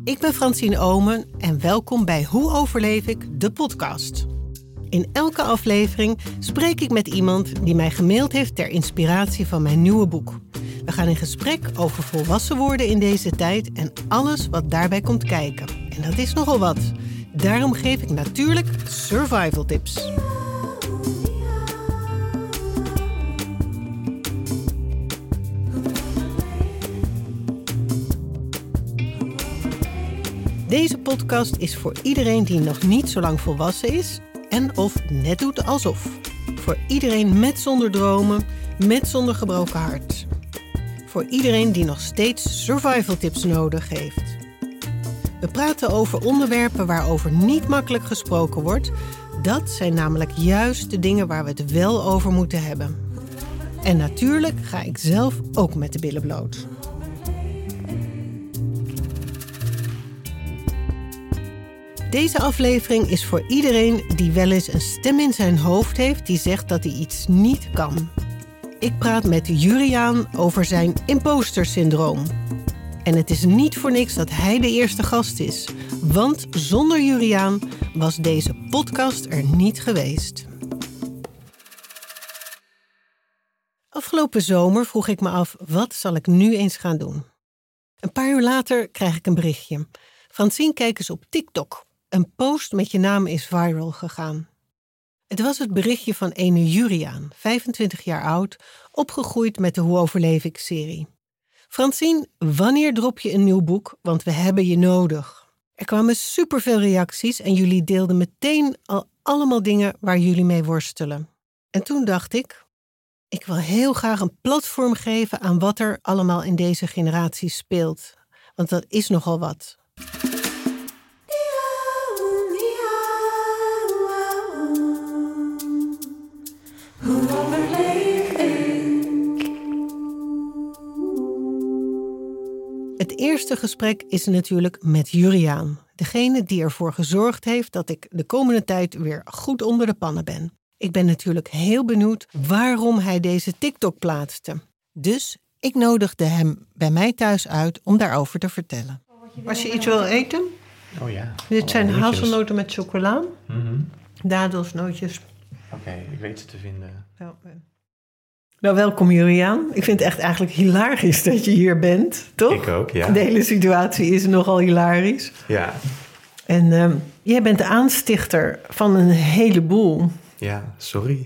Ik ben Francine Omen en welkom bij Hoe overleef ik, de podcast. In elke aflevering spreek ik met iemand die mij gemaild heeft ter inspiratie van mijn nieuwe boek. We gaan in gesprek over volwassen worden in deze tijd en alles wat daarbij komt kijken. En dat is nogal wat. Daarom geef ik natuurlijk survival tips. Deze podcast is voor iedereen die nog niet zo lang volwassen is en of net doet alsof. Voor iedereen met zonder dromen, met zonder gebroken hart. Voor iedereen die nog steeds survival tips nodig heeft. We praten over onderwerpen waarover niet makkelijk gesproken wordt. Dat zijn namelijk juist de dingen waar we het wel over moeten hebben. En natuurlijk ga ik zelf ook met de billen bloot. Deze aflevering is voor iedereen die wel eens een stem in zijn hoofd heeft die zegt dat hij iets niet kan. Ik praat met Juriaan over zijn imposter-syndroom. En het is niet voor niks dat hij de eerste gast is. Want zonder Juriaan was deze podcast er niet geweest. Afgelopen zomer vroeg ik me af, wat zal ik nu eens gaan doen? Een paar uur later krijg ik een berichtje. Francine, kijk eens op TikTok. Een post met je naam is viral gegaan. Het was het berichtje van ene Juriaan, 25 jaar oud, opgegroeid met de Hoe overleef ik serie. Francine, wanneer drop je een nieuw boek? Want we hebben je nodig. Er kwamen superveel reacties en jullie deelden meteen al allemaal dingen waar jullie mee worstelen. En toen dacht ik wil heel graag een platform geven aan wat er allemaal in deze generatie speelt. Want dat is nogal wat. Het eerste gesprek is natuurlijk met Juriaan. Degene die ervoor gezorgd heeft dat ik de komende tijd weer goed onder de pannen ben. Ik ben natuurlijk heel benieuwd waarom hij deze TikTok plaatste. Dus ik nodigde hem bij mij thuis uit om daarover te vertellen. Als je iets wil eten? Oh ja. Dit zijn hazelnoten met chocola. Dadels, nootjes. Oké, ik weet ze te vinden. Nou, welkom Juriaan. Ik vind het echt eigenlijk hilarisch dat je hier bent, toch? Ik ook, ja. De hele situatie is nogal hilarisch. Ja. En jij bent de aanstichter van een heleboel. Ja, sorry.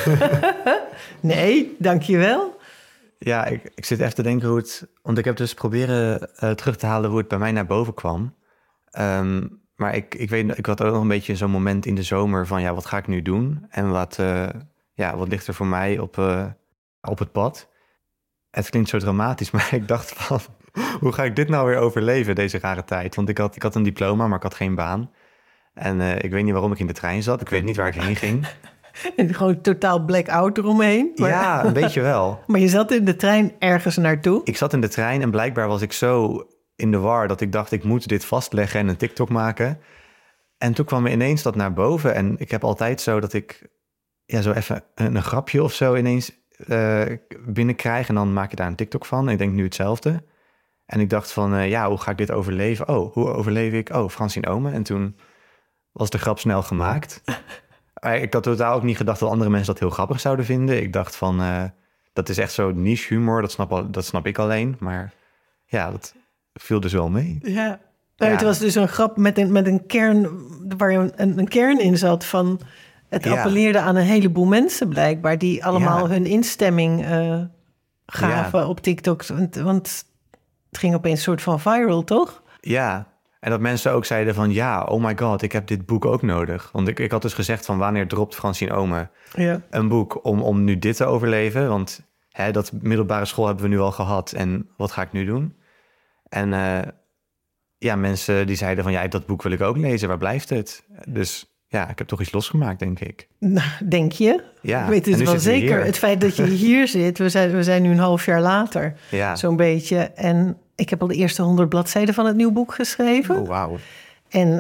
Nee, dankjewel. Ja, ik zit even te denken hoe het... Want ik heb dus proberen terug te halen hoe het bij mij naar boven kwam. Maar ik weet, ik had ook nog een beetje zo'n moment in de zomer van... ja, wat ga ik nu doen? En wat ligt er voor mij op het pad? Het klinkt zo dramatisch, maar ik dacht van... hoe ga ik dit nou weer overleven, deze rare tijd? Want ik had een diploma, maar ik had geen baan. En ik weet niet waarom ik in de trein zat. Ik weet niet waar ik heen ging. En gewoon totaal blackout eromheen. Maar... Ja, een beetje wel. Maar je zat in de trein ergens naartoe? Ik zat in de trein en blijkbaar was ik zo in de war... dat ik dacht, ik moet dit vastleggen en een TikTok maken. En toen kwam ineens dat naar boven. En ik heb altijd zo dat ik zo even een grapje of zo ineens binnenkrijg... en dan maak je daar een TikTok van. En ik denk nu hetzelfde. En ik dacht van, hoe ga ik dit overleven? Oh, hoe overleef ik? Oh, Francine Omen. En toen was de grap snel gemaakt. Ik had totaal ook niet gedacht dat andere mensen dat heel grappig zouden vinden. Ik dacht van, dat is echt zo niche humor, dat snap ik alleen. Maar ja, dat viel dus wel mee. Ja, het was dus een grap met een kern waar een kern in zat van... Het appelleerde aan een heleboel mensen blijkbaar... die allemaal hun instemming gaven op TikTok. Want het ging opeens een soort van viral, toch? Ja, en dat mensen ook zeiden van... ja, oh my god, ik heb dit boek ook nodig. Want ik had dus gezegd van... wanneer dropt Francine Omen een boek om nu dit te overleven? Want dat middelbare school hebben we nu al gehad. En wat ga ik nu doen? En mensen die zeiden van... ja, dat boek wil ik ook lezen. Waar blijft het? Dus... ja, ik heb toch iets losgemaakt, denk ik. Nou, denk je? Ja. Ik weet het wel zeker. Het feit dat je hier zit, we zijn nu een half jaar later, zo'n beetje. En ik heb al de eerste 100 bladzijden van het nieuwe boek geschreven. Oh, wauw. En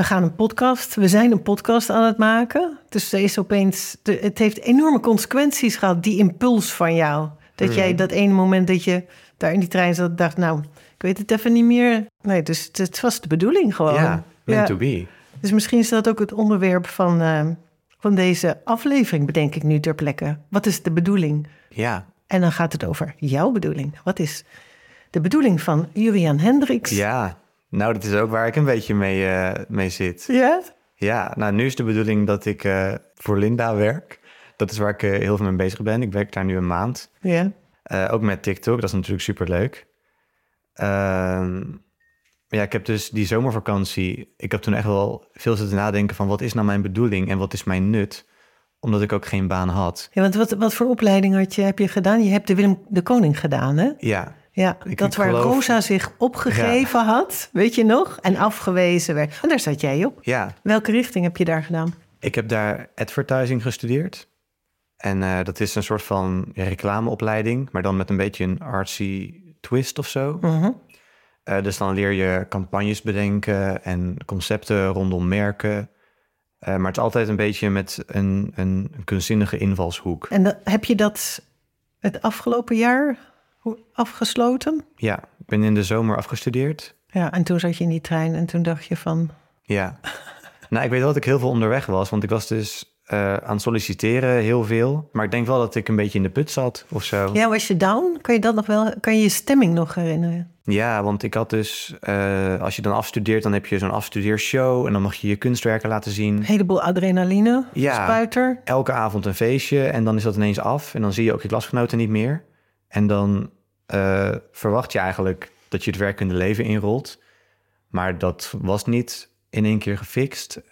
we zijn een podcast aan het maken. Dus er is opeens, het heeft enorme consequenties gehad, die impuls van jou. Dat jij dat ene moment dat je daar in die trein zat, dacht, nou, Ik weet het even niet meer. Nee, dus het was de bedoeling gewoon. Ja, meant to be. Dus misschien is dat ook het onderwerp van deze aflevering, bedenk ik nu ter plekke. Wat is de bedoeling? Ja. En dan gaat het over jouw bedoeling. Wat is de bedoeling van Juriaan Hendricks? Ja, nou dat is ook waar ik een beetje mee zit. Ja? Ja, nou nu is de bedoeling dat ik voor Linda werk. Dat is waar ik heel veel mee bezig ben. Ik werk daar nu een maand. Ja. Ook met TikTok, dat is natuurlijk superleuk. Ja, ik heb dus die zomervakantie... Ik heb toen echt wel veel zitten nadenken van... wat is nou mijn bedoeling en wat is mijn nut? Omdat ik ook geen baan had. Ja, want wat voor opleiding heb je gedaan? Je hebt de Willem de Koning gedaan, hè? Ja. Ja, dat waar Rosa zich opgegeven had, weet je nog? En afgewezen werd. En daar zat jij op. Ja. Welke richting heb je daar gedaan? Ik heb daar advertising gestudeerd. En dat is een soort van reclameopleiding... maar dan met een beetje een artsy twist of zo. Uh-huh. Dus dan leer je campagnes bedenken en concepten rondom merken. Maar het is altijd een beetje met een kunstzinnige invalshoek. En heb je dat het afgelopen jaar afgesloten? Ja, ik ben in de zomer afgestudeerd. Ja, en toen zat je in die trein en toen dacht je van... Ja, nou ik weet wel dat ik heel veel onderweg was, want ik was dus aan het solliciteren heel veel. Maar ik denk wel dat ik een beetje in de put zat of zo. Ja, was je down? Kan je dat nog wel? Kan je je stemming nog herinneren? Ja, want ik had dus, als je dan afstudeert, dan heb je zo'n afstudeershow en dan mag je je kunstwerken laten zien. Een heleboel adrenaline, Ja, spuiter. Elke avond een feestje en dan is dat ineens af en dan zie je ook je klasgenoten niet meer. En dan verwacht je eigenlijk dat je het werkende leven inrolt. Maar dat was niet in één keer gefixt.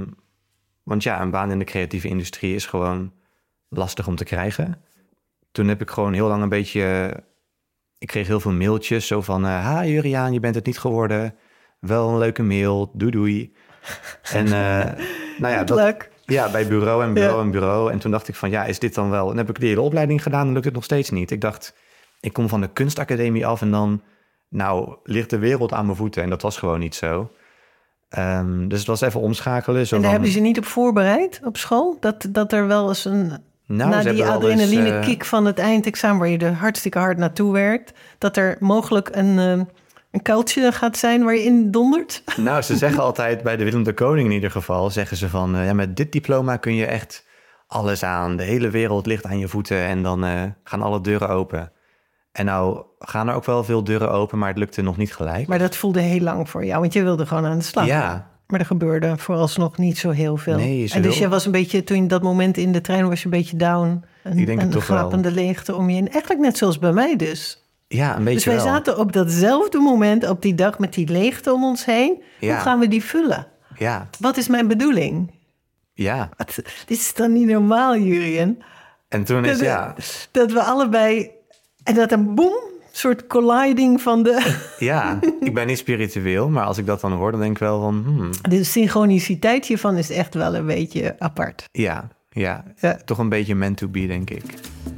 Want ja, een baan in de creatieve industrie is gewoon lastig om te krijgen. Toen heb ik gewoon heel lang een beetje... Ik kreeg heel veel mailtjes zo van... Ha, Juriaan, je bent het niet geworden. Wel een leuke mail, doei doei. En nou ja, leuk. Ja, bij bureau en bureau. En toen dacht ik van, ja, is dit dan wel... En dan heb ik de hele opleiding gedaan en lukt het nog steeds niet. Ik dacht, ik kom van de kunstacademie af en dan... Nou, ligt de wereld aan mijn voeten. En dat was gewoon niet zo. Dus het was even omschakelen. Zo en daar van, hebben ze niet op voorbereid op school? Dat er wel eens na die adrenaline kick van het eindexamen... waar je er hartstikke hard naartoe werkt... dat er mogelijk een kuiltje gaat zijn waar je in dondert? Nou, ze zeggen altijd bij de Willem de Koning in ieder geval... zeggen ze van, ja, met dit diploma kun je echt alles aan. De hele wereld ligt aan je voeten en dan gaan alle deuren open. En nou gaan er ook wel veel deuren open, maar het lukte nog niet gelijk. Maar dat voelde heel lang voor jou, want je wilde gewoon aan de slag. Ja. Maar er gebeurde vooralsnog niet zo heel veel. Nee, en dus je was een beetje, toen dat moment in de trein was je een beetje down. Ik denk het een toch wel. gapende leegte om je heen. Eigenlijk net zoals bij mij dus. Ja, een beetje Dus wij wel. zaten op datzelfde moment, op die dag met die leegte om ons heen. Ja. Hoe gaan we die vullen? Ja. Wat is mijn bedoeling? Ja. Dit is dan niet normaal, Juriaan. En toen is, Dat we allebei... En dat een boem, soort colliding van de... Ja, ik ben niet spiritueel, maar als ik dat dan hoor, dan denk ik wel van... De synchroniciteit hiervan is echt wel een beetje apart. Ja. Toch een beetje meant to be, denk ik.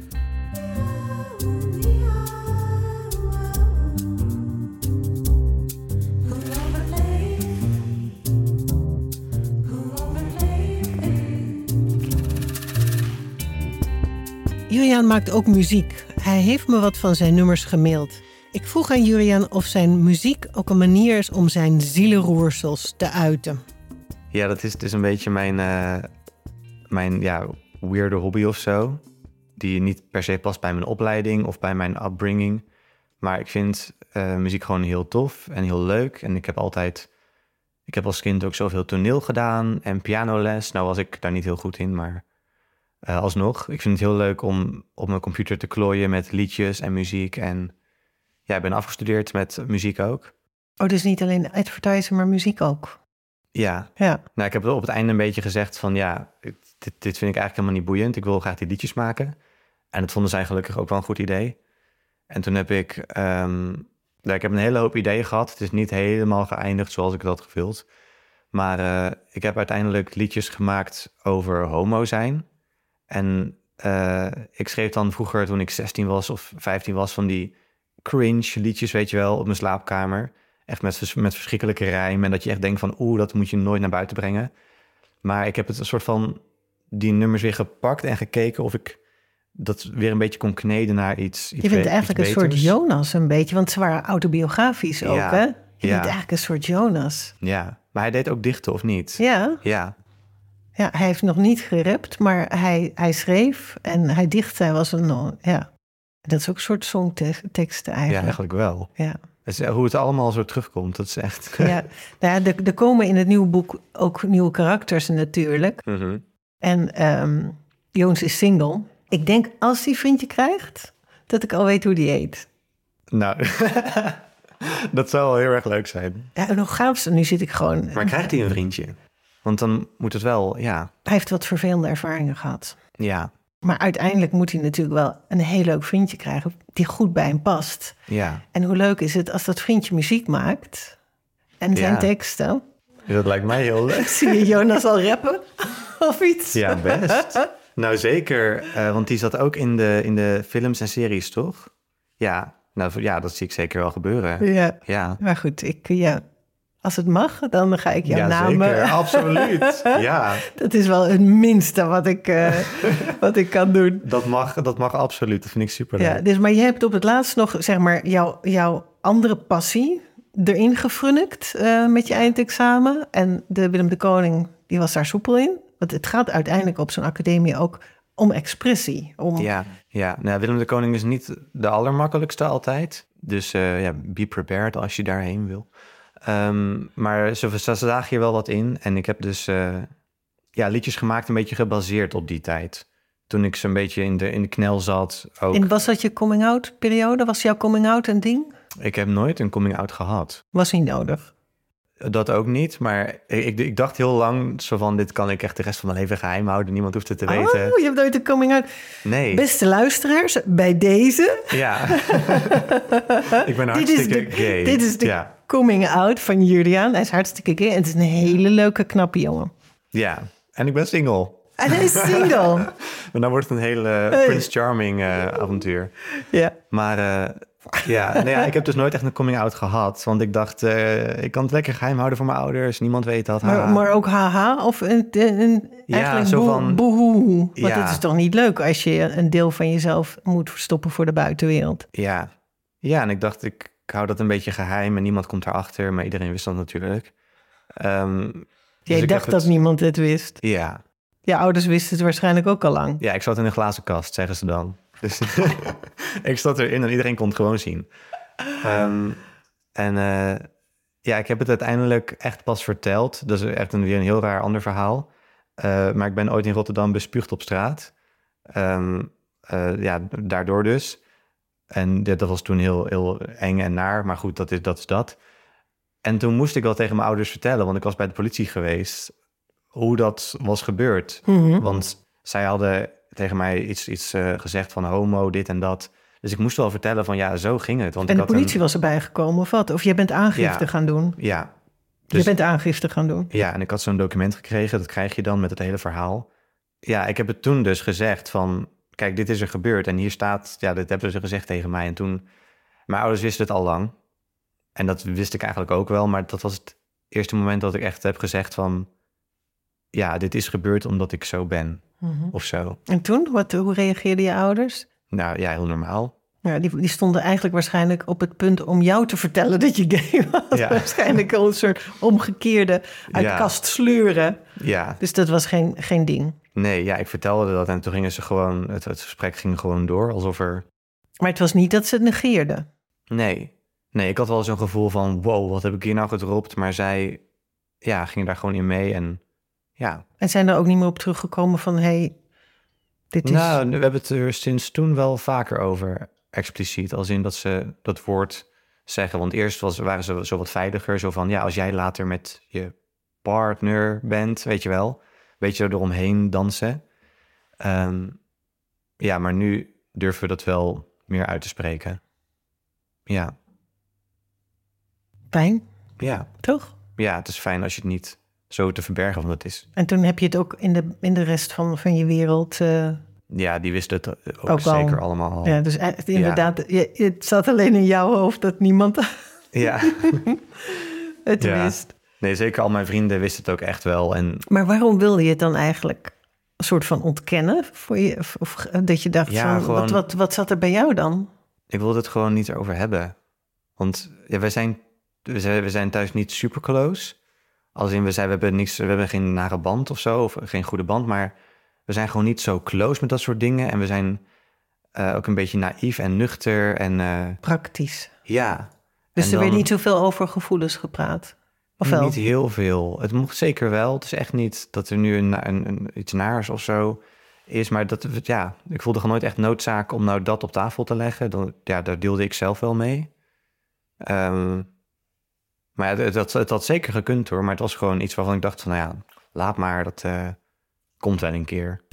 Juriaan maakt ook muziek. Hij heeft me wat van zijn nummers gemaild. Ik vroeg aan Juriaan of zijn muziek ook een manier is om zijn zielenroersels te uiten. Ja, dat is dus een beetje mijn weirde hobby of zo. Die niet per se past bij mijn opleiding of bij mijn upbringing. Maar ik vind muziek gewoon heel tof en heel leuk. En ik heb als kind ook zoveel toneel gedaan en pianoles. Nou was ik daar niet heel goed in, maar alsnog. Ik vind het heel leuk om op mijn computer te klooien met liedjes en muziek. En ja, ik ben afgestudeerd met muziek ook. Oh, dus niet alleen advertising, maar muziek ook? Ja. Ja. Nou, ik heb op het einde een beetje gezegd van ja, dit vind ik eigenlijk helemaal niet boeiend. Ik wil graag die liedjes maken. En dat vonden zij gelukkig ook wel een goed idee. En toen heb ik ik heb een hele hoop ideeën gehad. Het is niet helemaal geëindigd zoals ik dat had gewild. Maar ik heb uiteindelijk liedjes gemaakt over homo zijn. En ik schreef dan vroeger, toen ik 16 was of 15 was, van die cringe liedjes, weet je wel, op mijn slaapkamer. Echt met verschrikkelijke rijm. En dat je echt denkt van, dat moet je nooit naar buiten brengen. Maar ik heb het een soort van die nummers weer gepakt en gekeken of ik dat weer een beetje kon kneden naar iets Je bent eigenlijk een soort Jonas een beetje, want ze waren autobiografisch ook, hè? Je bent eigenlijk een soort Jonas. Ja, maar hij deed ook dichten, of niet? Ja. Ja, hij heeft nog niet gerapt, maar hij schreef en hij dichtte. Hij was een, dat is ook een soort songteksten eigenlijk. Ja, eigenlijk wel. Ja. Hoe het allemaal zo terugkomt, dat is echt... Ja, er komen in het nieuwe boek ook nieuwe karakters natuurlijk. Mm-hmm. En Jonas is single. Ik denk, als hij vriendje krijgt, dat ik al weet hoe die heet. Nou, dat zou wel heel erg leuk zijn. Ja, en nog gaafste, nu zit ik gewoon... Maar krijgt hij een vriendje? Want dan moet het wel, Hij heeft wat vervelende ervaringen gehad. Ja. Maar uiteindelijk moet hij natuurlijk wel een heel leuk vriendje krijgen die goed bij hem past. Ja. En hoe leuk is het als dat vriendje muziek maakt en zijn teksten. Dat lijkt mij heel leuk. Zie je Jonas al rappen of iets? Ja, best. Nou, zeker. Want die zat ook in de films en series, toch? Ja. Nou ja, dat zie ik zeker wel gebeuren. Ja. Maar goed, als het mag, dan ga ik jouw naam... Ja, zeker. Absoluut. Ja. Dat is wel het minste wat ik kan doen. Dat mag absoluut. Dat vind ik superleuk. Ja, dus, maar je hebt op het laatst nog, zeg maar, jouw andere passie erin gefrunnikt met je eindexamen. En de Willem de Koning, die was daar soepel in. Want het gaat uiteindelijk op zo'n academie ook om expressie. Ja. Nou, Willem de Koning is niet de allermakkelijkste altijd. Dus be prepared als je daarheen wil. Maar ze zagen hier wel wat in. En ik heb dus liedjes gemaakt een beetje gebaseerd op die tijd. Toen ik zo'n beetje in de knel zat. Ook. En was dat je coming-out periode? Was jouw coming-out een ding? Ik heb nooit een coming-out gehad. Was niet nodig? Dat ook niet, maar ik dacht heel lang zo van... dit kan ik echt de rest van mijn leven geheim houden. Niemand hoeft het te weten. Oh, je hebt nooit een coming-out. Nee. Beste luisteraars, bij deze... Ja. Ik ben hartstikke gay. Dit is de coming-out van Julian. Hij is hartstikke gay en het is een hele leuke, knappe jongen. Ja, en ik ben single. En hij is single. Maar dan wordt het een hele Prince Charming avontuur. Ja. Maar... ik heb dus nooit echt een coming-out gehad. Want ik dacht, ik kan het lekker geheim houden voor mijn ouders. Niemand weet dat. Maar ook haha? Of eigenlijk zo van... boehoe? Want het is toch niet leuk als je een deel van jezelf moet verstoppen voor de buitenwereld? Ja, en ik dacht, ik hou dat een beetje geheim en niemand komt erachter. Maar iedereen wist dat natuurlijk. Jij dacht dat niemand het wist? Ja. Je ouders wisten het waarschijnlijk ook al lang. Ja, ik zat in een glazen kast, zeggen ze dan. Dus ik zat erin en iedereen kon het gewoon zien. Ik heb het uiteindelijk echt pas verteld. Dat is echt weer een heel raar ander verhaal. Maar ik ben ooit in Rotterdam bespuugd op straat. Daardoor dus. En dat was toen heel, heel eng en naar. Maar goed, dat is dat. En toen moest ik wel tegen mijn ouders vertellen... want ik was bij de politie geweest... hoe dat was gebeurd. Mm-hmm. Want zij hadden... tegen mij iets gezegd van homo, dit en dat. Dus ik moest wel vertellen van zo ging het. Want en de politie was erbij gekomen of wat? Of je bent aangifte gaan doen? Ja. Dus, je bent aangifte gaan doen? Ja, en ik had zo'n document gekregen. Dat krijg je dan met het hele verhaal. Ja, ik heb het toen dus gezegd van... kijk, dit is er gebeurd en hier staat... ja, dit hebben ze gezegd tegen mij. En toen... mijn ouders wisten het al lang. En dat wist ik eigenlijk ook wel. Maar dat was het eerste moment dat ik echt heb gezegd van... ja, dit is gebeurd omdat ik zo ben. Mm-hmm. Of zo. En toen? Hoe reageerden je ouders? Nou ja, heel normaal. Ja, die stonden eigenlijk waarschijnlijk op het punt om jou te vertellen dat je gay was. Ja. Waarschijnlijk al een soort omgekeerde uit kast sleuren. Ja. Dus dat was geen ding. Nee, ik vertelde dat en toen gingen ze gewoon... het gesprek ging gewoon door, alsof er... Maar het was niet dat ze het negeerden? Nee, ik had wel zo'n gevoel van... wow, wat heb ik hier nou gedropt? Maar zij gingen daar gewoon in mee en... ja. En zijn er ook niet meer op teruggekomen van... dit is... Nou, we hebben het er sinds toen wel vaker over, expliciet. Als in dat ze dat woord zeggen. Want eerst waren ze zo wat veiliger. Zo van, als jij later met je partner bent, weet je wel. Weet je, eromheen dansen. Maar nu durven we dat wel meer uit te spreken. Ja. Fijn? Ja. Toch? Ja, het is fijn als je het niet... zo te verbergen, want het is... En toen heb je het ook in de rest van je wereld... Ja, die wisten het ook zeker allemaal al. Ja, dus inderdaad, het zat alleen in jouw hoofd dat niemand het wist. Nee, zeker al mijn vrienden wisten het ook echt wel. En... Maar waarom wilde je het dan eigenlijk soort van ontkennen voor je? Of dat je dacht, Ja, van, gewoon, wat zat er bij jou dan? ik wilde het gewoon niet erover hebben. Want ja, we zijn thuis niet super close. Als in, we hebben geen nare band of zo, of geen goede band, maar we zijn gewoon niet zo close met dat soort dingen. En we zijn ook een beetje naïef en nuchter en... Praktisch. Ja. Dus er werd niet zoveel over gevoelens gepraat? Of wel? Niet heel veel. Het mocht zeker wel. Het is echt niet dat er nu iets naars of zo is. Maar ik voelde gewoon nooit echt noodzaak om nou dat op tafel te leggen. Daar deelde ik zelf wel mee. Maar het had zeker gekund hoor. Maar het was gewoon iets waarvan ik dacht van, nou ja, laat maar. Dat komt wel een keer.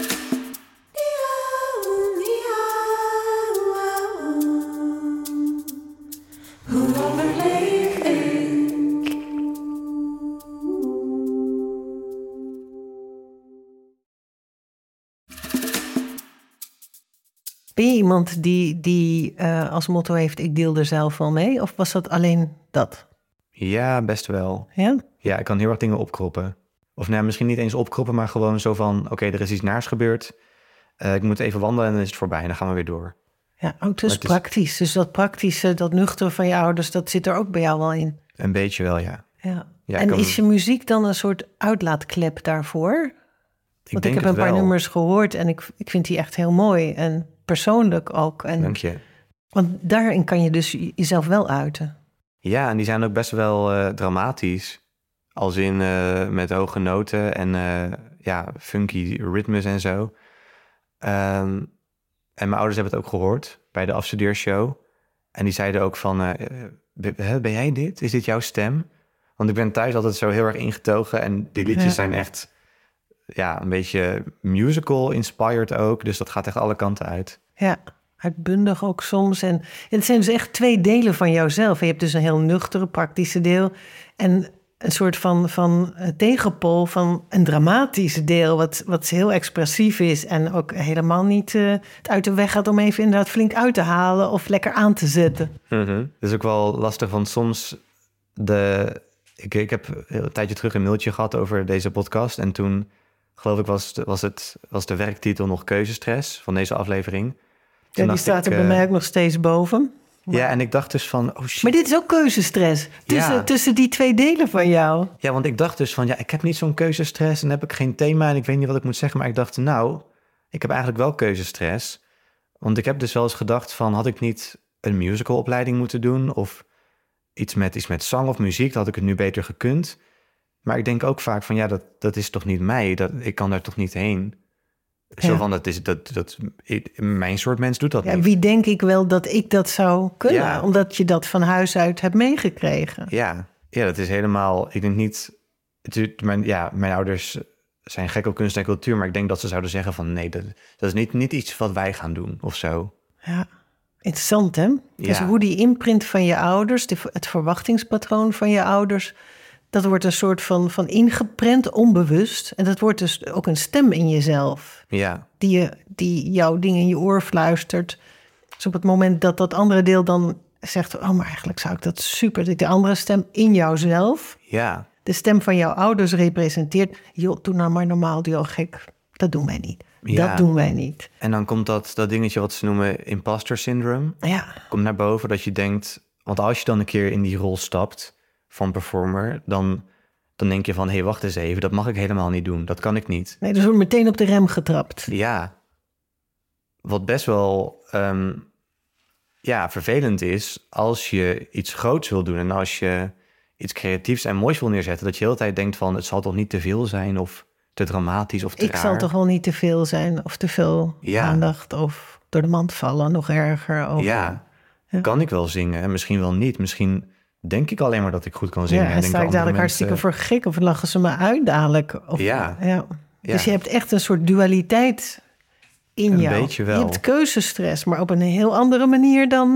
Ben je iemand die als motto heeft, ik deel er zelf wel mee? Of was dat alleen dat? Ja, best wel. Ja? Ja, ik kan heel erg dingen opkroppen. Of nou, misschien niet eens opkroppen, maar gewoon zo van... oké, er is iets naars gebeurd. Ik moet even wandelen en dan is het voorbij. En dan gaan we weer door. Ja, ook dus praktisch. Dus dat praktische, dat nuchtere van je ouders... dat zit er ook bij jou wel in. Een beetje wel, ja. Ja, en is je muziek dan een soort uitlaatklep daarvoor? Want ik heb een paar nummers gehoord... en ik vind die echt heel mooi. En persoonlijk ook. En, dank je. Want daarin kan je dus jezelf wel uiten. Ja, en die zijn ook best wel dramatisch. Als in met hoge noten en funky ritmes en zo. En mijn ouders hebben het ook gehoord bij de afstudeershow. En die zeiden ook van, ben jij dit? Is dit jouw stem? Want ik ben thuis altijd zo heel erg ingetogen. En die liedjes zijn echt een beetje musical-inspired ook. Dus dat gaat echt alle kanten uit. Ja, uitbundig ook soms. En het zijn dus echt twee delen van jouzelf. Je hebt dus een heel nuchtere, praktische deel... en een soort van tegenpool van een dramatische deel... wat heel expressief is en ook helemaal niet het uit de weg gaat... om even inderdaad flink uit te halen of lekker aan te zetten. Mm-hmm. Het is ook wel lastig, want soms... Ik heb een tijdje terug een mailtje gehad over deze podcast... en toen, geloof ik, was de werktitel nog Keuzestress van deze aflevering. Ja, die staat er bij mij ook nog steeds boven. Maar... Ja, en ik dacht dus van, oh shit. Maar dit is ook keuzestress, tussen die twee delen van jou. Ja, want ik dacht dus van, ik heb niet zo'n keuzestress... en heb ik geen thema en ik weet niet wat ik moet zeggen... maar ik dacht, ik heb eigenlijk wel keuzestress. Want ik heb dus wel eens gedacht van... had ik niet een musicalopleiding moeten doen... of iets met zang of muziek... dan had ik het nu beter gekund. Maar ik denk ook vaak van, dat is toch niet mij? Ik kan daar toch niet heen? Zo van, mijn soort mens doet dat niet. Wie denk ik wel dat ik dat zou kunnen? Ja. Omdat je dat van huis uit hebt meegekregen. Ja, dat is helemaal... Ik denk niet... Mijn ouders zijn gek op kunst en cultuur... maar ik denk dat ze zouden zeggen van... nee, dat is niet iets wat wij gaan doen of zo. Ja, interessant hè? Dus hoe die imprint van je ouders... het verwachtingspatroon van je ouders... dat wordt een soort van ingeprent, onbewust. En dat wordt dus ook een stem in jezelf. Ja. Die jouw dingen in je oor fluistert. Dus op het moment dat andere deel dan zegt... oh, maar eigenlijk zou ik dat super... de andere stem in jouzelf... Ja. de stem van jouw ouders representeert... joh, doe nou maar normaal, joh, gek. Dat doen wij niet. Ja. Dat doen wij niet. En dan komt dat dingetje wat ze noemen imposter syndrome. Ja. Komt naar boven dat je denkt... want als je dan een keer in die rol stapt... van performer, dan denk je van... hé, wacht eens even, dat mag ik helemaal niet doen. Dat kan ik niet. Nee, dus wordt meteen op de rem getrapt. Ja. Wat best wel vervelend is... als je iets groots wil doen... en als je iets creatiefs en moois wil neerzetten... dat je de hele tijd denkt van... het zal toch niet te veel zijn of te dramatisch of te raar. Ik zal toch wel niet te veel zijn of te veel aandacht... of door de mand vallen, nog erger. Of, ja, kan ik wel zingen en misschien wel niet. Misschien... denk ik alleen maar dat ik goed kan zingen. Ja, en sta ik dadelijk hartstikke voor gek... of lachen ze me uit dadelijk. Of, ja. Dus je hebt echt een soort dualiteit in jou. Een beetje wel. Je hebt keuzestress, maar op een heel andere manier dan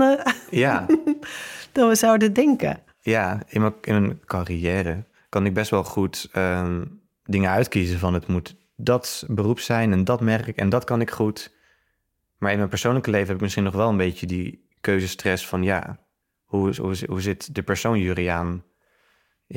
we zouden denken. Ja, in mijn carrière kan ik best wel goed dingen uitkiezen van... het moet dat beroep zijn en dat merk en dat kan ik goed. Maar in mijn persoonlijke leven heb ik misschien nog wel een beetje die keuzestress van... Hoe zit de persoon Juriaan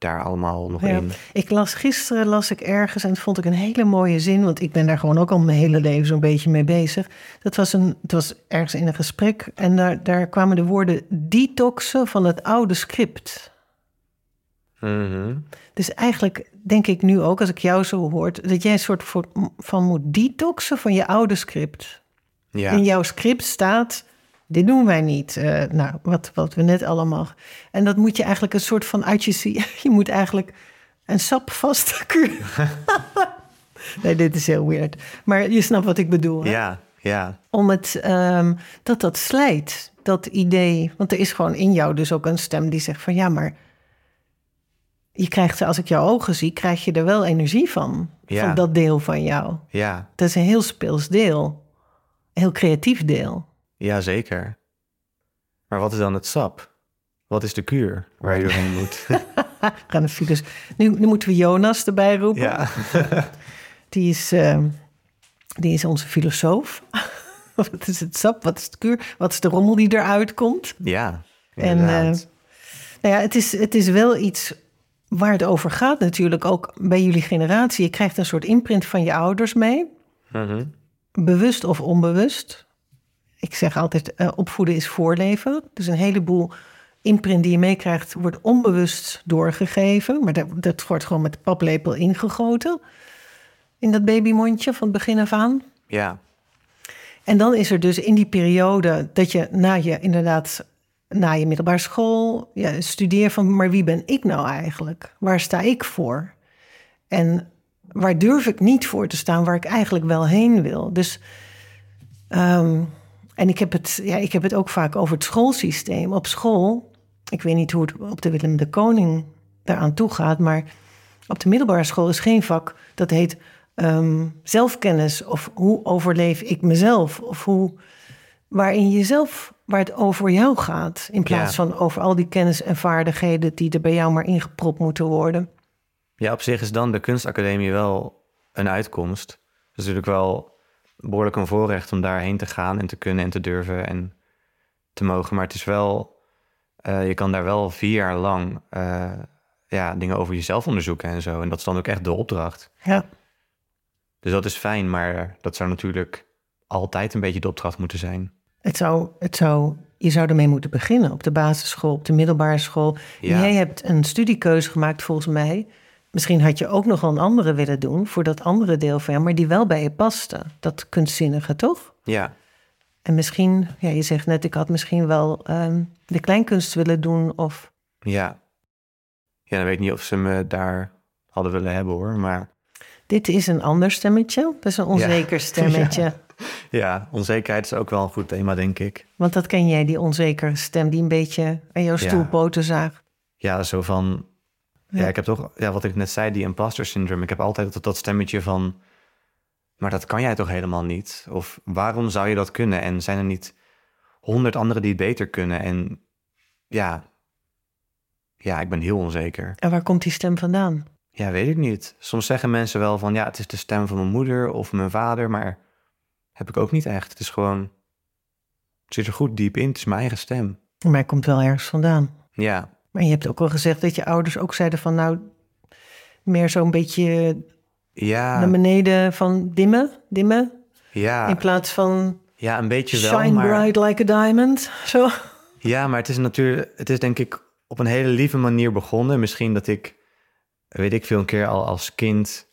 daar allemaal nog in? Gisteren las ik ergens en vond ik een hele mooie zin, want ik ben daar gewoon ook al mijn hele leven zo'n beetje mee bezig. Het was ergens in een gesprek en daar kwamen de woorden detoxen van het oude script. Mm-hmm. Dus eigenlijk denk ik nu ook, als ik jou zo hoort, dat jij een soort van moet detoxen van je oude script. Ja. In jouw script staat, dit doen wij niet. Wat we net allemaal... En dat moet je eigenlijk een soort van uit je moet eigenlijk een sap vastkuren. Nee, dit is heel weird. Maar je snapt wat ik bedoel. Hè? Ja. Om het, dat slijt, dat idee. Want er is gewoon in jou dus ook een stem die zegt van... ja, maar je krijgt, als ik jouw ogen zie, krijg je er wel energie van. Ja. Van dat deel van jou. Ja. Dat is een heel speels deel. Een heel creatief deel. Ja, zeker. Maar wat is dan het sap? Wat is de kuur waar je doorheen moet? Nu moeten we Jonas erbij roepen. Ja. Die is onze filosoof. Wat is het sap? Wat is de kuur? Wat is de rommel die eruit komt? Ja, inderdaad. En het is wel iets waar het over gaat natuurlijk. Ook bij jullie generatie. Je krijgt een soort imprint van je ouders mee. Mm-hmm. Bewust of onbewust. Ik zeg altijd, opvoeden is voorleven. Dus een heleboel imprint die je meekrijgt, wordt onbewust doorgegeven. Maar dat wordt gewoon met de paplepel ingegoten. In dat babymondje van het begin af aan. Ja. En dan is er dus in die periode dat je na je middelbare school studeer van, maar wie ben ik nou eigenlijk? Waar sta ik voor? En waar durf ik niet voor te staan, waar ik eigenlijk wel heen wil? Dus, en ik heb het ook vaak over het schoolsysteem. Op school, ik weet niet hoe het op de Willem de Koning daaraan toe gaat, maar op de middelbare school is geen vak dat heet zelfkennis of hoe overleef ik mezelf of waar het over jou gaat in plaats van over al die kennis en vaardigheden die er bij jou maar ingepropt moeten worden. Ja, op zich is dan de kunstacademie wel een uitkomst. Het is natuurlijk wel behoorlijk een voorrecht om daarheen te gaan en te kunnen en te durven en te mogen. Maar het is wel, je kan daar wel 4 jaar lang dingen over jezelf onderzoeken en zo. En dat is dan ook echt de opdracht. Ja. Dus dat is fijn, maar dat zou natuurlijk altijd een beetje de opdracht moeten zijn. Je zou ermee moeten beginnen op de basisschool, op de middelbare school. Ja. Jij hebt een studiekeuze gemaakt volgens mij. Misschien had je ook nog wel een andere willen doen voor dat andere deel van jou, maar die wel bij je paste. Dat kunstzinnige, toch? Ja. En misschien, je zegt net, ik had misschien wel de kleinkunst willen doen of... Ja, dan weet ik niet of ze me daar hadden willen hebben hoor, maar... Dit is een ander stemmetje, dat is een onzeker stemmetje. Ja, onzekerheid is ook wel een goed thema, denk ik. Want dat ken jij, die onzekere stem die een beetje aan jouw stoelpoten zaagt. Ja, zo van... Ja, ik heb toch, wat ik net zei, die imposter syndrome. Ik heb altijd dat stemmetje van... Maar dat kan jij toch helemaal niet? Of waarom zou je dat kunnen? En zijn er niet 100 anderen die het beter kunnen? En ja, ik ben heel onzeker. En waar komt die stem vandaan? Ja, weet ik niet. Soms zeggen mensen wel van... Ja, het is de stem van mijn moeder of mijn vader, maar... Heb ik ook niet echt. Het is gewoon... Het zit er goed diep in. Het is mijn eigen stem. Maar hij komt wel ergens vandaan. Ja. Maar je hebt ook al gezegd dat je ouders ook zeiden van... nou, meer zo'n beetje naar beneden van dimmen. Ja. In plaats van... Ja, een beetje wel, shine bright like a diamond. Zo. Ja, maar het is denk ik op een hele lieve manier begonnen. Misschien dat ik, weet ik veel, een keer al als kind...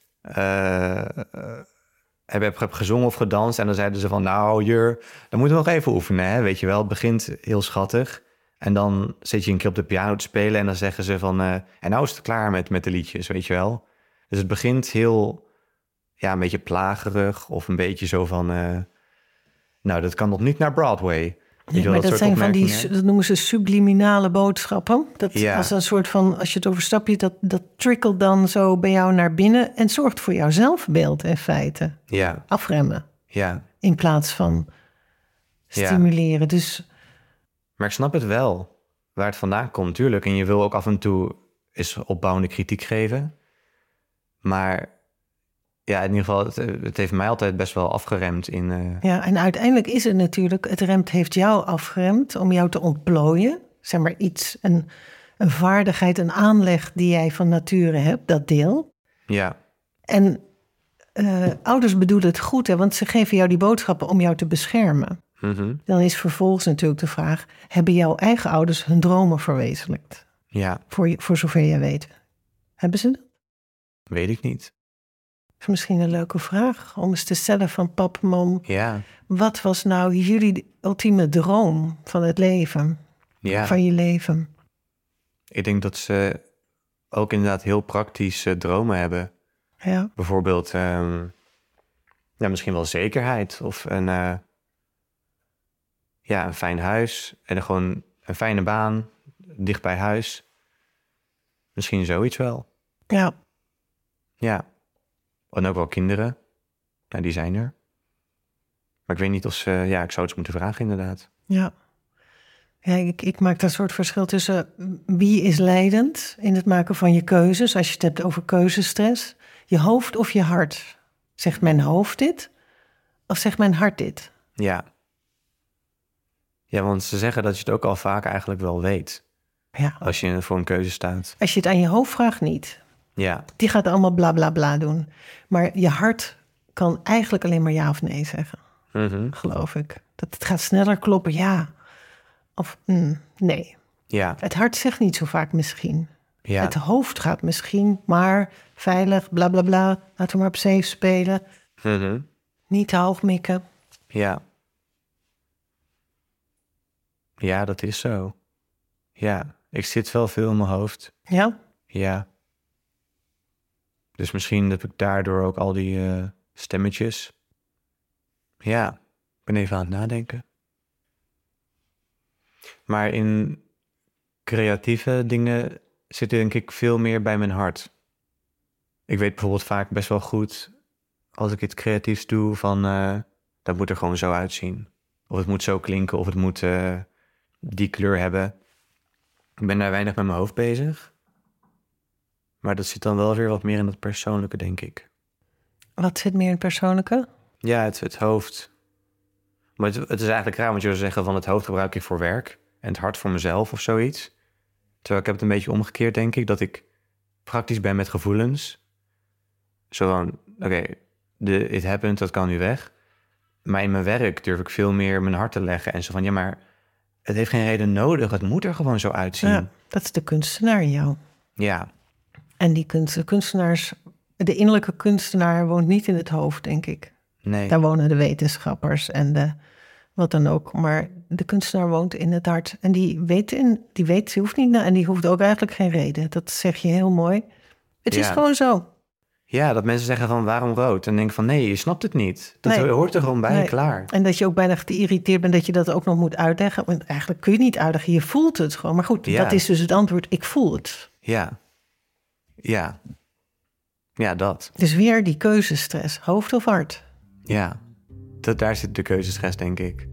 heb gezongen of gedanst. En dan zeiden ze van, nou, Jur, dan moeten we nog even oefenen, hè? Weet je wel, het begint heel schattig. En dan zit je een keer op de piano te spelen... en dan zeggen ze van, en nou is het klaar met de liedjes, weet je wel. Dus het begint heel, een beetje plagerig... of een beetje zo van, nou, dat kan nog niet naar Broadway. Ja, maar dat zijn van dat noemen ze subliminale boodschappen. Dat als een soort van, als je het overstap, dat trickelt dan zo bij jou naar binnen... en zorgt voor jouw zelfbeeld in feite. Ja. Afremmen. Ja. In plaats van stimuleren. Ja. Dus... Maar ik snap het wel, waar het vandaan komt, tuurlijk. En je wil ook af en toe eens opbouwende kritiek geven. Maar ja, in ieder geval, het heeft mij altijd best wel afgeremd in... Ja, en uiteindelijk is het natuurlijk... het heeft jou afgeremd om jou te ontplooien. Zeg maar iets, een een vaardigheid, een aanleg die jij van nature hebt, dat deel. Ja. En ouders bedoelen het goed, hè, want ze geven jou die boodschappen om jou te beschermen. Mm-hmm. Dan is vervolgens natuurlijk de vraag, hebben jouw eigen ouders hun dromen verwezenlijkt? Ja. Voor zover jij weet. Hebben ze dat? Weet ik niet. Dat is misschien een leuke vraag om eens te stellen van pap, mam. Ja. Wat was nou jullie ultieme droom van het leven? Ja. Van je leven? Ik denk dat ze ook inderdaad heel praktisch dromen hebben. Ja. Bijvoorbeeld misschien wel zekerheid of een fijn huis en gewoon een fijne baan dicht bij huis. Misschien zoiets wel. Ja. Ja. En ook wel kinderen. Nou, die zijn er. Maar ik weet niet of ze... Ja, ik zou het moeten vragen inderdaad. Ja. Ja, ik maak daar een soort verschil tussen wie is leidend in het maken van je keuzes. Als je het hebt over keuzestress. Je hoofd of je hart. Zegt mijn hoofd dit? Of zegt mijn hart dit? Ja. Ja, want ze zeggen dat je het ook al vaak eigenlijk wel weet. Ja. Als je voor een keuze staat. Als je het aan je hoofd vraagt, niet. Ja. Die gaat allemaal bla bla bla doen. Maar je hart kan eigenlijk alleen maar ja of nee zeggen. Mm-hmm. Geloof ik. Dat het gaat sneller kloppen, ja. Of nee. Ja. Het hart zegt niet zo vaak misschien. Ja. Het hoofd gaat misschien, maar veilig, bla bla bla. Laten we maar op safe spelen. Mm-hmm. Niet te hoog mikken. Ja. Ja, dat is zo. Ja, ik zit wel veel in mijn hoofd. Ja? Ja. Dus misschien heb ik daardoor ook al die stemmetjes. Ja, ik ben even aan het nadenken. Maar in creatieve dingen zit denk ik veel meer bij mijn hart. Ik weet bijvoorbeeld vaak best wel goed, als ik iets creatiefs doe, van dat moet er gewoon zo uitzien. Of het moet zo klinken, of het moet die kleur hebben. Ik ben daar weinig met mijn hoofd bezig. Maar dat zit dan wel weer wat meer in het persoonlijke, denk ik. Wat zit meer in het persoonlijke? Ja, het hoofd. Maar het is eigenlijk raar, want je zou zeggen van het hoofd gebruik ik voor werk en het hart voor mezelf of zoiets. Terwijl ik heb het een beetje omgekeerd, denk ik, dat ik praktisch ben met gevoelens. Zo van, oké, it happened, dat kan nu weg. Maar in mijn werk durf ik veel meer mijn hart te leggen. En zo van, ja, maar het heeft geen reden nodig. Het moet er gewoon zo uitzien. Ja, dat is de kunstenaar in jou. Ja. En die kunstenaars, de innerlijke kunstenaar woont niet in het hoofd, denk ik. Nee. Daar wonen de wetenschappers en wat dan ook. Maar de kunstenaar woont in het hart. En die weet, ze hoeft niet naar, en die hoeft ook eigenlijk geen reden. Dat zeg je heel mooi. Het is gewoon zo. Ja, dat mensen zeggen van waarom rood? En denk van nee, je snapt het niet. Dat hoort er gewoon bij, klaar. En dat je ook bijna geïrriteerd bent dat je dat ook nog moet uitleggen. Want eigenlijk kun je niet uitleggen, je voelt het gewoon. Maar goed, dat is dus het antwoord, ik voel het. Ja. Ja. Ja, dat. Dus weer die keuzestress, hoofd of hart? Ja, daar zit de keuzestress, denk ik.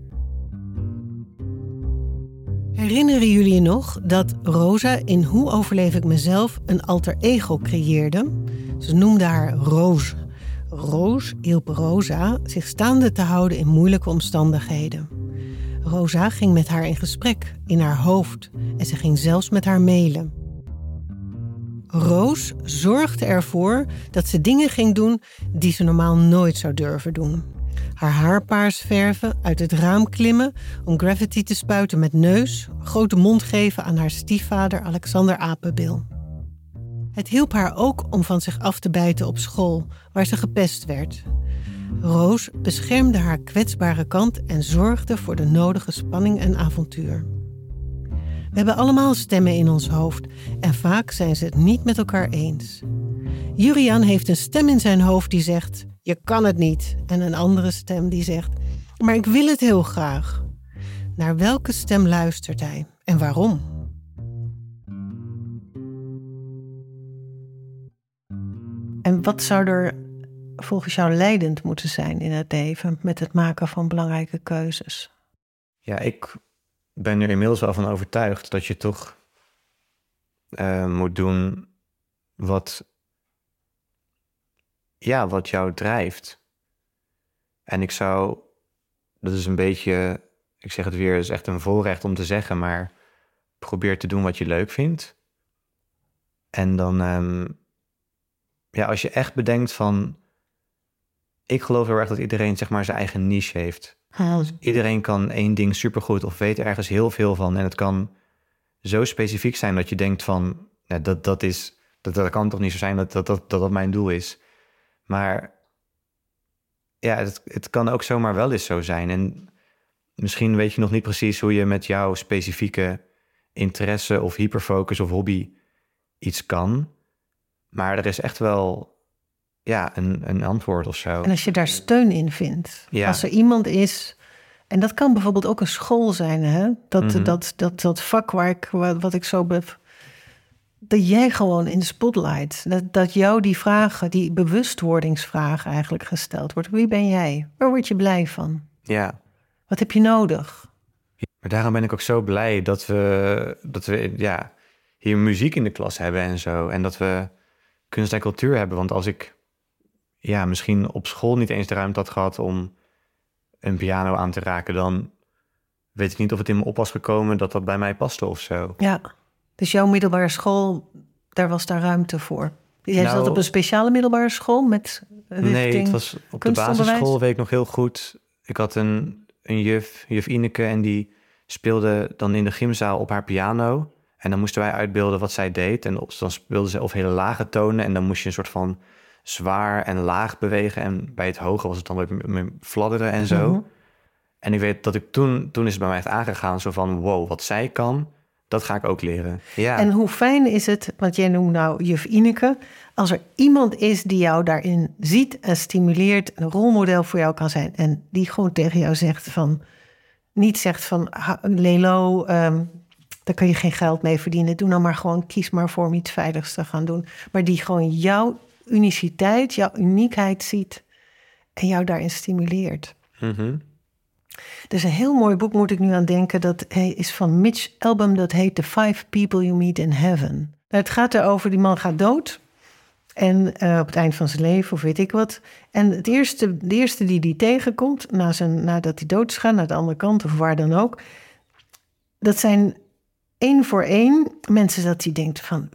Herinneren jullie je nog dat Rosa in Hoe overleef ik mezelf een alter ego creëerde? Ze noemde haar Roos. Roos hielp Rosa zich staande te houden in moeilijke omstandigheden. Rosa ging met haar in gesprek, in haar hoofd, en ze ging zelfs met haar mailen. Roos zorgde ervoor dat ze dingen ging doen die ze normaal nooit zou durven doen. Haar haar paars verven, uit het raam klimmen om Gravity te spuiten met neus, grote mond geven aan haar stiefvader Alexander Apenbil. Het hielp haar ook om van zich af te bijten op school, waar ze gepest werd. Roos beschermde haar kwetsbare kant en zorgde voor de nodige spanning en avontuur. We hebben allemaal stemmen in ons hoofd en vaak zijn ze het niet met elkaar eens. Jurian heeft een stem in zijn hoofd die zegt, je kan het niet. En een andere stem die zegt, maar ik wil het heel graag. Naar welke stem luistert hij en waarom? En wat zou er volgens jou leidend moeten zijn in het leven met het maken van belangrijke keuzes? Ja, ik ben er inmiddels wel van overtuigd dat je toch moet doen wat jou drijft. En dat is een beetje, ik zeg het weer, is echt een voorrecht om te zeggen, maar probeer te doen wat je leuk vindt. En dan, als je echt bedenkt van... Ik geloof heel erg dat iedereen zeg maar zijn eigen niche heeft. Dus iedereen kan één ding supergoed of weet ergens heel veel van. En het kan zo specifiek zijn dat je denkt van... dat kan toch niet zo zijn dat mijn doel is. Maar ja, het kan ook zomaar wel eens zo zijn. En misschien weet je nog niet precies hoe je met jouw specifieke interesse of hyperfocus of hobby iets kan. Maar er is echt wel een antwoord of zo. En als je daar steun in vindt. Ja. Als er iemand is... En dat kan bijvoorbeeld ook een school zijn, hè? Dat vak wat ik zo... Dat jij gewoon in de spotlight... Dat jou die vragen, die bewustwordingsvragen eigenlijk gesteld wordt. Wie ben jij? Waar word je blij van? Ja. Wat heb je nodig? Maar daarom ben ik ook zo blij dat we hier muziek in de klas hebben en zo. En dat we kunst en cultuur hebben. Want als ik misschien op school niet eens de ruimte had gehad om een piano aan te raken, dan weet ik niet of het in me op was gekomen dat bij mij paste of zo. Ja, dus jouw middelbare school, daar was daar ruimte voor? Jij zat op een speciale middelbare school met nee, het was op de basisschool, weet ik nog heel goed. Ik had een juf Ineke, en die speelde dan in de gymzaal op haar piano. En dan moesten wij uitbeelden wat zij deed. En dan speelde ze of hele lage tonen. En dan moest je een soort van zwaar en laag bewegen. En bij het hoge was het dan weer fladderen en zo. Mm-hmm. En ik weet dat ik toen is het bij mij echt aangegaan. Zo van, wow, wat zij kan, dat ga ik ook leren. Ja. En hoe fijn is het, want jij noemt nou juf Ineke, als er iemand is die jou daarin ziet en stimuleert, een rolmodel voor jou kan zijn. En die gewoon tegen jou zegt van, niet zegt van, Lelo, daar kun je geen geld mee verdienen. Doe nou maar gewoon, kies maar voor om iets veiligs te gaan doen. Maar die gewoon jouw uniciteit, jouw uniekheid ziet en jou daarin stimuleert. Mm-hmm. Er is een heel mooi boek, moet ik nu aan denken. Dat is van Mitch Albom, dat heet The 5 People You Meet in Heaven. Nou, het gaat erover, die man gaat dood. En op het eind van zijn leven, of weet ik wat. En de eerste die tegenkomt, nadat hij dood is gegaan, naar de andere kant of waar dan ook. Dat zijn 1 voor 1 mensen dat hij denkt van,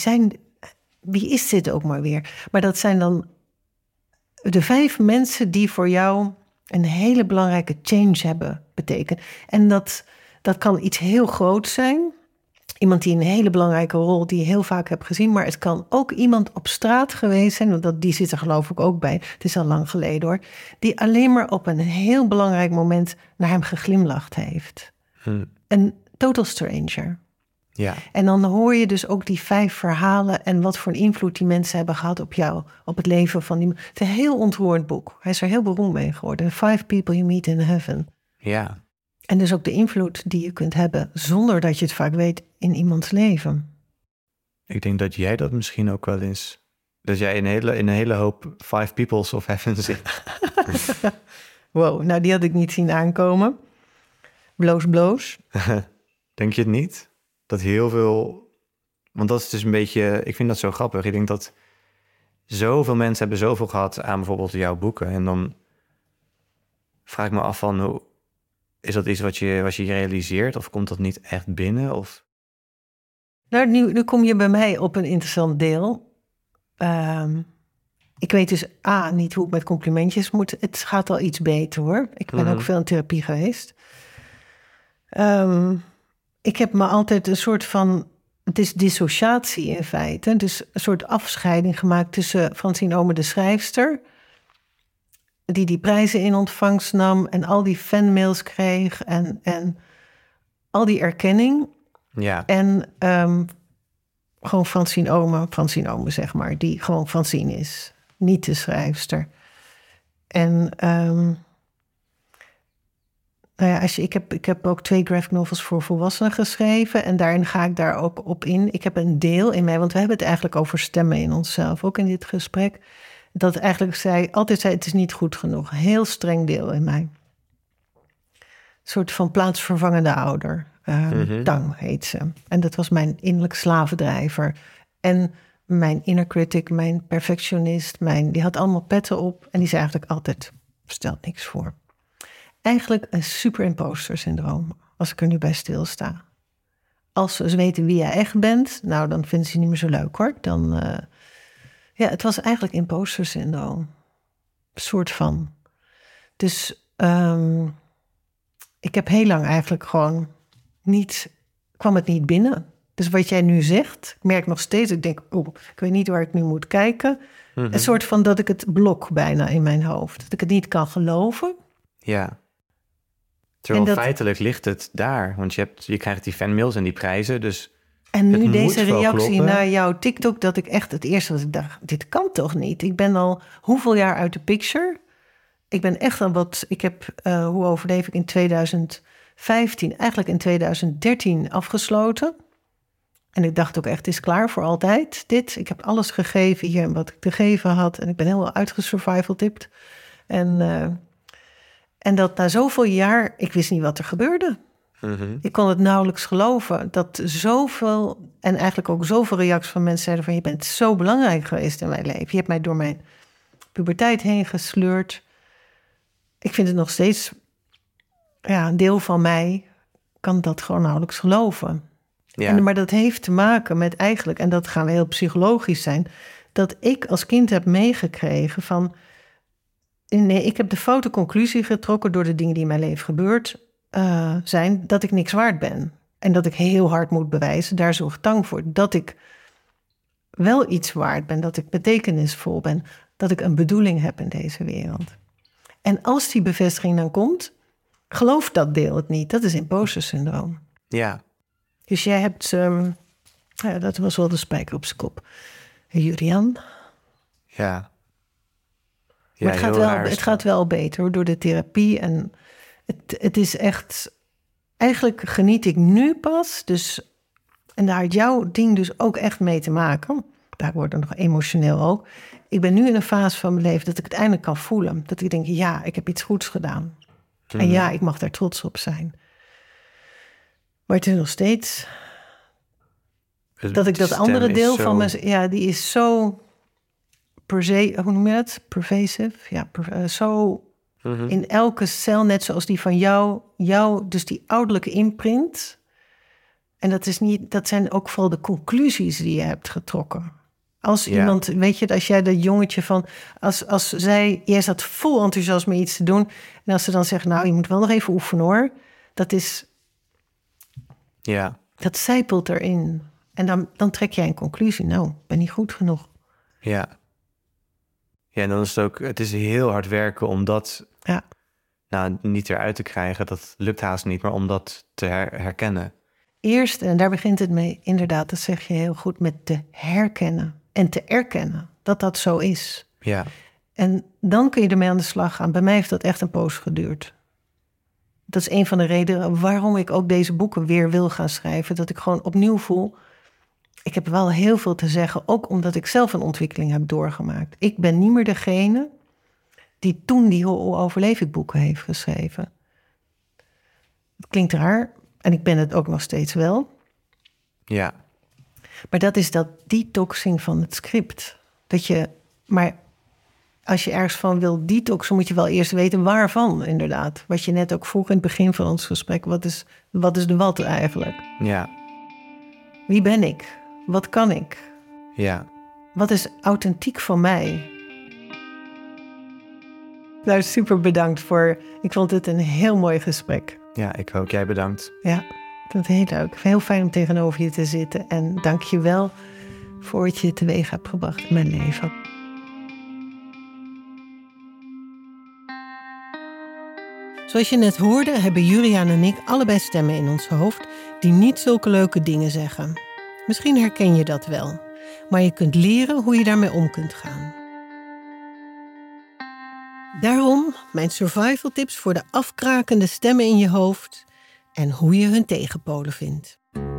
wie is dit ook maar weer? Maar dat zijn dan de 5 mensen die voor jou een hele belangrijke change hebben betekend. En dat kan iets heel groots zijn. Iemand die een hele belangrijke rol, die je heel vaak hebt gezien. Maar het kan ook iemand op straat geweest zijn. Want die zit er geloof ik ook bij. Het is al lang geleden hoor. Die alleen maar op een heel belangrijk moment naar hem geglimlacht heeft. Een total stranger. Ja. En dan hoor je dus ook die 5 verhalen en wat voor een invloed die mensen hebben gehad op jou, op het leven van die. Het is een heel ontroerend boek. Hij is er heel beroemd mee geworden. 5 People You Meet in Heaven. Ja. En dus ook de invloed die je kunt hebben zonder dat je het vaak weet in iemands leven. Ik denk dat jij dat misschien ook wel eens, dat jij in een hele hoop 5 Peoples of Heaven zit. Wow, nou die had ik niet zien aankomen. Bloos. Denk je het niet? Dat heel veel, want dat is dus een beetje, ik vind dat zo grappig. Ik denk dat zoveel mensen hebben zoveel gehad aan bijvoorbeeld jouw boeken. En dan vraag ik me af van, is dat iets wat je realiseert? Of komt dat niet echt binnen? Of? Nou, nu kom je bij mij op een interessant deel. Ik weet dus niet hoe ik met complimentjes moet. Het gaat al iets beter hoor. Ik ben ook veel in therapie geweest. Ik heb me altijd een soort van, het is dissociatie in feite. Dus een soort afscheiding gemaakt tussen Francine Omen, de schrijfster, die prijzen in ontvangst nam en al die fanmails kreeg en al die erkenning. Ja. En gewoon Francine Omen zeg maar, die gewoon Francine is, niet de schrijfster. En nou ja, ik heb ook 2 graphic novels voor volwassenen geschreven. En daarin ga ik daar ook op in. Ik heb een deel in mij, want we hebben het eigenlijk over stemmen in onszelf. Ook in dit gesprek. Dat eigenlijk altijd zei, het is niet goed genoeg. Een heel streng deel in mij. Een soort van plaatsvervangende ouder. Tang heet ze. En dat was mijn innerlijk slavendrijver. En mijn inner critic, mijn perfectionist. Die had allemaal petten op. En die zei eigenlijk altijd, stelt niks voor. Eigenlijk een super imposter syndroom, als ik er nu bij stilsta. als ze weten wie jij echt bent, nou, dan vinden ze je niet meer zo leuk, hoor. Dan, het was eigenlijk imposter syndroom. Een soort van. Dus ik heb heel lang eigenlijk gewoon kwam het niet binnen. Dus wat jij nu zegt, ik merk nog steeds, ik denk, ik weet niet waar ik nu moet kijken. Mm-hmm. Een soort van dat ik het blok bijna in mijn hoofd. Dat ik het niet kan geloven. Ja. Terwijl feitelijk ligt het daar. Want je krijgt die fanmails en die prijzen, dus en nu deze reactie naar jouw TikTok, dat ik echt het eerste was, ik dacht, dit kan toch niet? Ik ben al hoeveel jaar uit de picture? Ik ben echt al hoe overleef ik in 2015, eigenlijk in 2013 afgesloten. En ik dacht ook echt, het is klaar voor altijd, dit. Ik heb alles gegeven hier wat ik te geven had. En ik ben helemaal uitgesurvival-tipt. En dat na zoveel jaar, ik wist niet wat er gebeurde. Mm-hmm. Ik kon het nauwelijks geloven. Dat zoveel, en eigenlijk ook zoveel reacties van mensen zeiden van, je bent zo belangrijk geweest in mijn leven. Je hebt mij door mijn puberteit heen gesleurd. Ik vind het nog steeds, een deel van mij kan dat gewoon nauwelijks geloven. Ja. Maar dat heeft te maken met eigenlijk, en dat gaan we heel psychologisch zijn, dat ik als kind heb meegekregen van, nee, ik heb de foute conclusie getrokken door de dingen die in mijn leven gebeurd zijn, dat ik niks waard ben. En dat ik heel hard moet bewijzen, daar zorg ik voor, dat ik wel iets waard ben, dat ik betekenisvol ben, dat ik een bedoeling heb in deze wereld. En als die bevestiging dan komt, gelooft dat deel het niet. Dat is imposter syndroom. Ja. Dus jij hebt, dat was wel de spijker op zijn kop. Jurian? Ja. Maar het gaat wel beter hoor, door de therapie. En het is echt, eigenlijk geniet ik nu pas. Dus, en daar had jouw ding dus ook echt mee te maken. Daar word ik nog emotioneel ook. Ik ben nu in een fase van mijn leven dat ik het eindelijk kan voelen. Dat ik denk, ja, ik heb iets goeds gedaan. En ja, ik mag daar trots op zijn. Maar het is nog steeds dat ik dat andere deel van me, die is zo hoe noem je dat? Pervasive. Ja, zo in elke cel, net zoals die van jou, dus die ouderlijke imprint. En dat zijn ook vooral de conclusies die je hebt getrokken. Als iemand, weet je, als jij dat jongetje van, als jij zat vol enthousiasme iets te doen, en als ze dan zeggen, nou, je moet wel nog even oefenen hoor. Dat is, dat zijpelt erin. En dan trek jij een conclusie, nou, ik ben niet goed genoeg. Ja. Ja, en dan is het is heel hard werken om dat niet eruit te krijgen. Dat lukt haast niet, maar om dat te herkennen. Eerst, en daar begint het mee, inderdaad, dat zeg je heel goed, met te herkennen en te erkennen dat dat zo is. Ja. En dan kun je ermee aan de slag gaan. Bij mij heeft dat echt een poos geduurd. Dat is een van de redenen waarom ik ook deze boeken weer wil gaan schrijven. Dat ik gewoon opnieuw voel, ik heb wel heel veel te zeggen, ook omdat ik zelf een ontwikkeling heb doorgemaakt. Ik ben niet meer degene die toen die Hoe overleef ik boeken heeft geschreven. Het klinkt raar, en ik ben het ook nog steeds wel. Ja. Maar dat is dat detoxing van het script. Maar als je ergens van wil detoxen, moet je wel eerst weten waarvan, inderdaad. Wat je net ook vroeg in het begin van ons gesprek. Wat is de wat eigenlijk? Ja. Wie ben ik? Wat kan ik? Ja. Wat is authentiek van mij? Nou, super bedankt voor. Ik vond het een heel mooi gesprek. Ja, ik ook. Jij bedankt. Ja, ik vond het heel leuk. Heel fijn om tegenover je te zitten. En dank je wel voor wat je teweeg hebt gebracht in mijn leven. Zoals je net hoorde, hebben Juriaan en ik allebei stemmen in ons hoofd die niet zulke leuke dingen zeggen. Misschien herken je dat wel, maar je kunt leren hoe je daarmee om kunt gaan. Daarom mijn survival tips voor de afkrakende stemmen in je hoofd en hoe je hun tegenpolen vindt.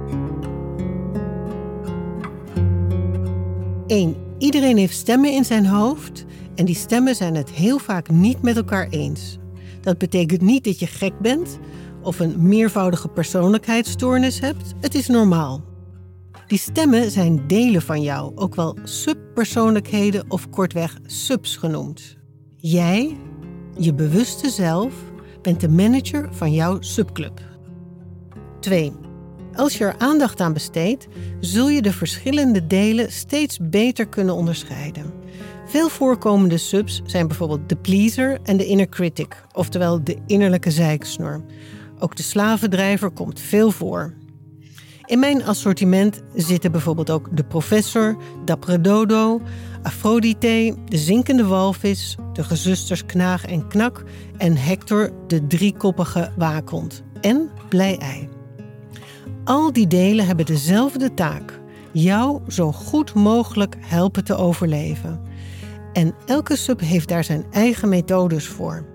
1. Iedereen heeft stemmen in zijn hoofd en die stemmen zijn het heel vaak niet met elkaar eens. Dat betekent niet dat je gek bent of een meervoudige persoonlijkheidsstoornis hebt. Het is normaal. Die stemmen zijn delen van jou, ook wel subpersoonlijkheden of kortweg subs genoemd. Jij, je bewuste zelf, bent de manager van jouw subclub. 2. Als je er aandacht aan besteedt, zul je de verschillende delen steeds beter kunnen onderscheiden. Veel voorkomende subs zijn bijvoorbeeld de pleaser en de inner critic, oftewel de innerlijke zeiksnor. Ook de slavendrijver komt veel voor. In mijn assortiment zitten bijvoorbeeld ook de professor, dappere dodo, Aphrodite, de zinkende walvis, de gezusters Knaag en Knak en Hector, de driekoppige waakhond en Blij-ei. Al die delen hebben dezelfde taak: jou zo goed mogelijk helpen te overleven. En elke sub heeft daar zijn eigen methodes voor.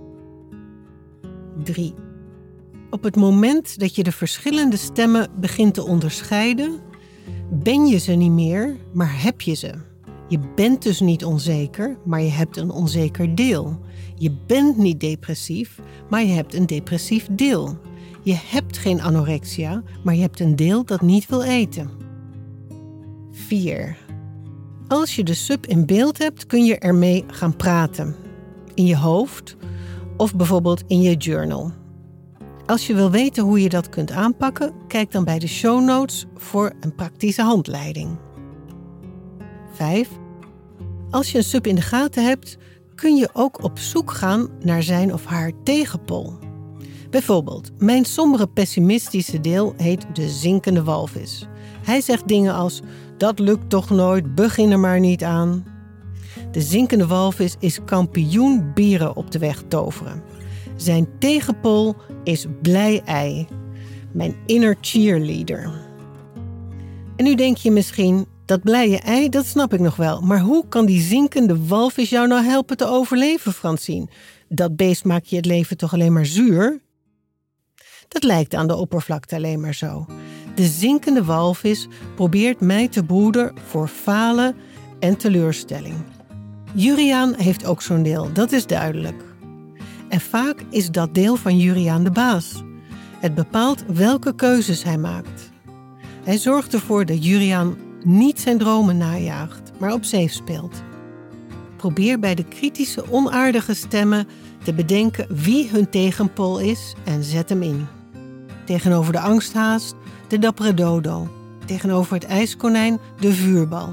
3. Op het moment dat je de verschillende stemmen begint te onderscheiden, ben je ze niet meer, maar heb je ze. Je bent dus niet onzeker, maar je hebt een onzeker deel. Je bent niet depressief, maar je hebt een depressief deel. Je hebt geen anorexia, maar je hebt een deel dat niet wil eten. 4. Als je de sub in beeld hebt, kun je ermee gaan praten. In je hoofd of bijvoorbeeld in je journal. Als je wil weten hoe je dat kunt aanpakken, kijk dan bij de show notes voor een praktische handleiding. 5. Als je een sub in de gaten hebt, kun je ook op zoek gaan naar zijn of haar tegenpol. Bijvoorbeeld, mijn sombere pessimistische deel heet de zinkende walvis. Hij zegt dingen als: dat lukt toch nooit, begin er maar niet aan. De zinkende walvis is kampioen bieren op de weg toveren. Zijn tegenpol is Blij-ei, mijn inner cheerleader. En nu denk je misschien, dat blije ei, dat snap ik nog wel. Maar hoe kan die zinkende walvis jou nou helpen te overleven, Francine? Dat beest maakt je het leven toch alleen maar zuur? Dat lijkt aan de oppervlakte alleen maar zo. De zinkende walvis probeert mij te behoeden voor falen en teleurstelling. Juriaan heeft ook zo'n deel, dat is duidelijk. En vaak is dat deel van Juriaan de baas. Het bepaalt welke keuzes hij maakt. Hij zorgt ervoor dat Juriaan niet zijn dromen najaagt, maar op safe speelt. Probeer bij de kritische, onaardige stemmen te bedenken wie hun tegenpol is en zet hem in. Tegenover de angsthaas, de dappere dodo. Tegenover het ijskonijn, de vuurbal.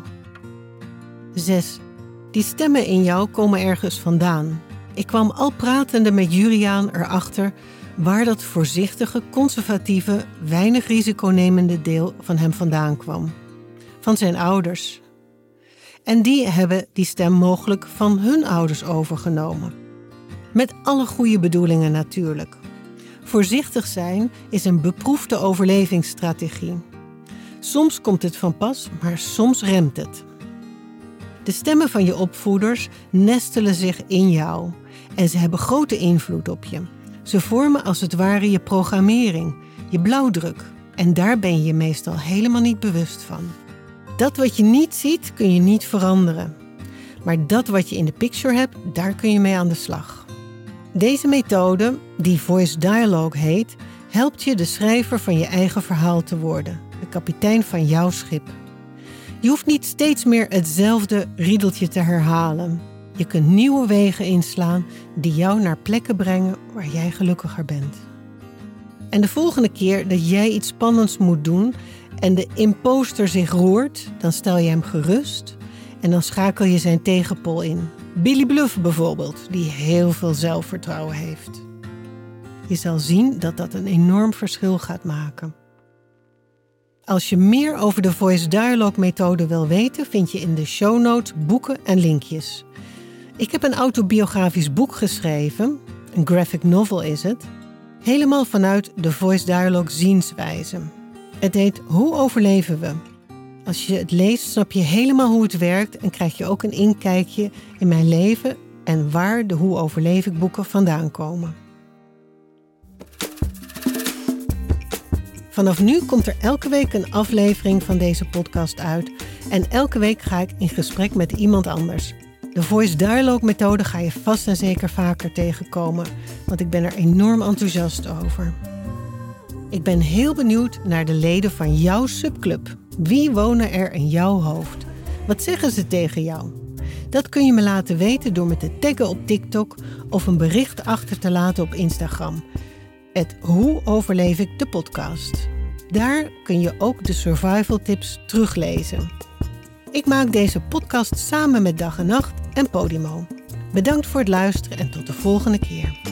6. Die stemmen in jou komen ergens vandaan. Ik kwam al pratende met Juriaan erachter waar dat voorzichtige, conservatieve, weinig risiconemende deel van hem vandaan kwam. Van zijn ouders. En die hebben die stem mogelijk van hun ouders overgenomen. Met alle goede bedoelingen natuurlijk. Voorzichtig zijn is een beproefde overlevingsstrategie. Soms komt het van pas, maar soms remt het. De stemmen van je opvoeders nestelen zich in jou en ze hebben grote invloed op je. Ze vormen als het ware je programmering, je blauwdruk. En daar ben je je meestal helemaal niet bewust van. Dat wat je niet ziet, kun je niet veranderen. Maar dat wat je in de picture hebt, daar kun je mee aan de slag. Deze methode, die Voice Dialogue heet, helpt je de schrijver van je eigen verhaal te worden. De kapitein van jouw schip. Je hoeft niet steeds meer hetzelfde riedeltje te herhalen. Je kunt nieuwe wegen inslaan die jou naar plekken brengen waar jij gelukkiger bent. En de volgende keer dat jij iets spannends moet doen en de imposter zich roert, dan stel je hem gerust en dan schakel je zijn tegenpol in. Billy Bluff bijvoorbeeld, die heel veel zelfvertrouwen heeft. Je zal zien dat dat een enorm verschil gaat maken. Als je meer over de Voice Dialogue methode wil weten, vind je in de show notes boeken en linkjes. Ik heb een autobiografisch boek geschreven, een graphic novel is het, helemaal vanuit de Voice Dialogue zienswijze. Het heet Hoe overleven we? Als je het leest, snap je helemaal hoe het werkt en krijg je ook een inkijkje in mijn leven en waar de Hoe overleef ik boeken vandaan komen. Vanaf nu komt er elke week een aflevering van deze podcast uit en elke week ga ik in gesprek met iemand anders. De Voice Dialogue methode ga je vast en zeker vaker tegenkomen, want ik ben er enorm enthousiast over. Ik ben heel benieuwd naar de leden van jouw subclub. Wie wonen er in jouw hoofd? Wat zeggen ze tegen jou? Dat kun je me laten weten door me te taggen op TikTok of een bericht achter te laten op Instagram. Hoe overleef ik de podcast? Daar kun je ook de survival tips teruglezen. Ik maak deze podcast samen met Dag en Nacht en Podimo. Bedankt voor het luisteren en tot de volgende keer.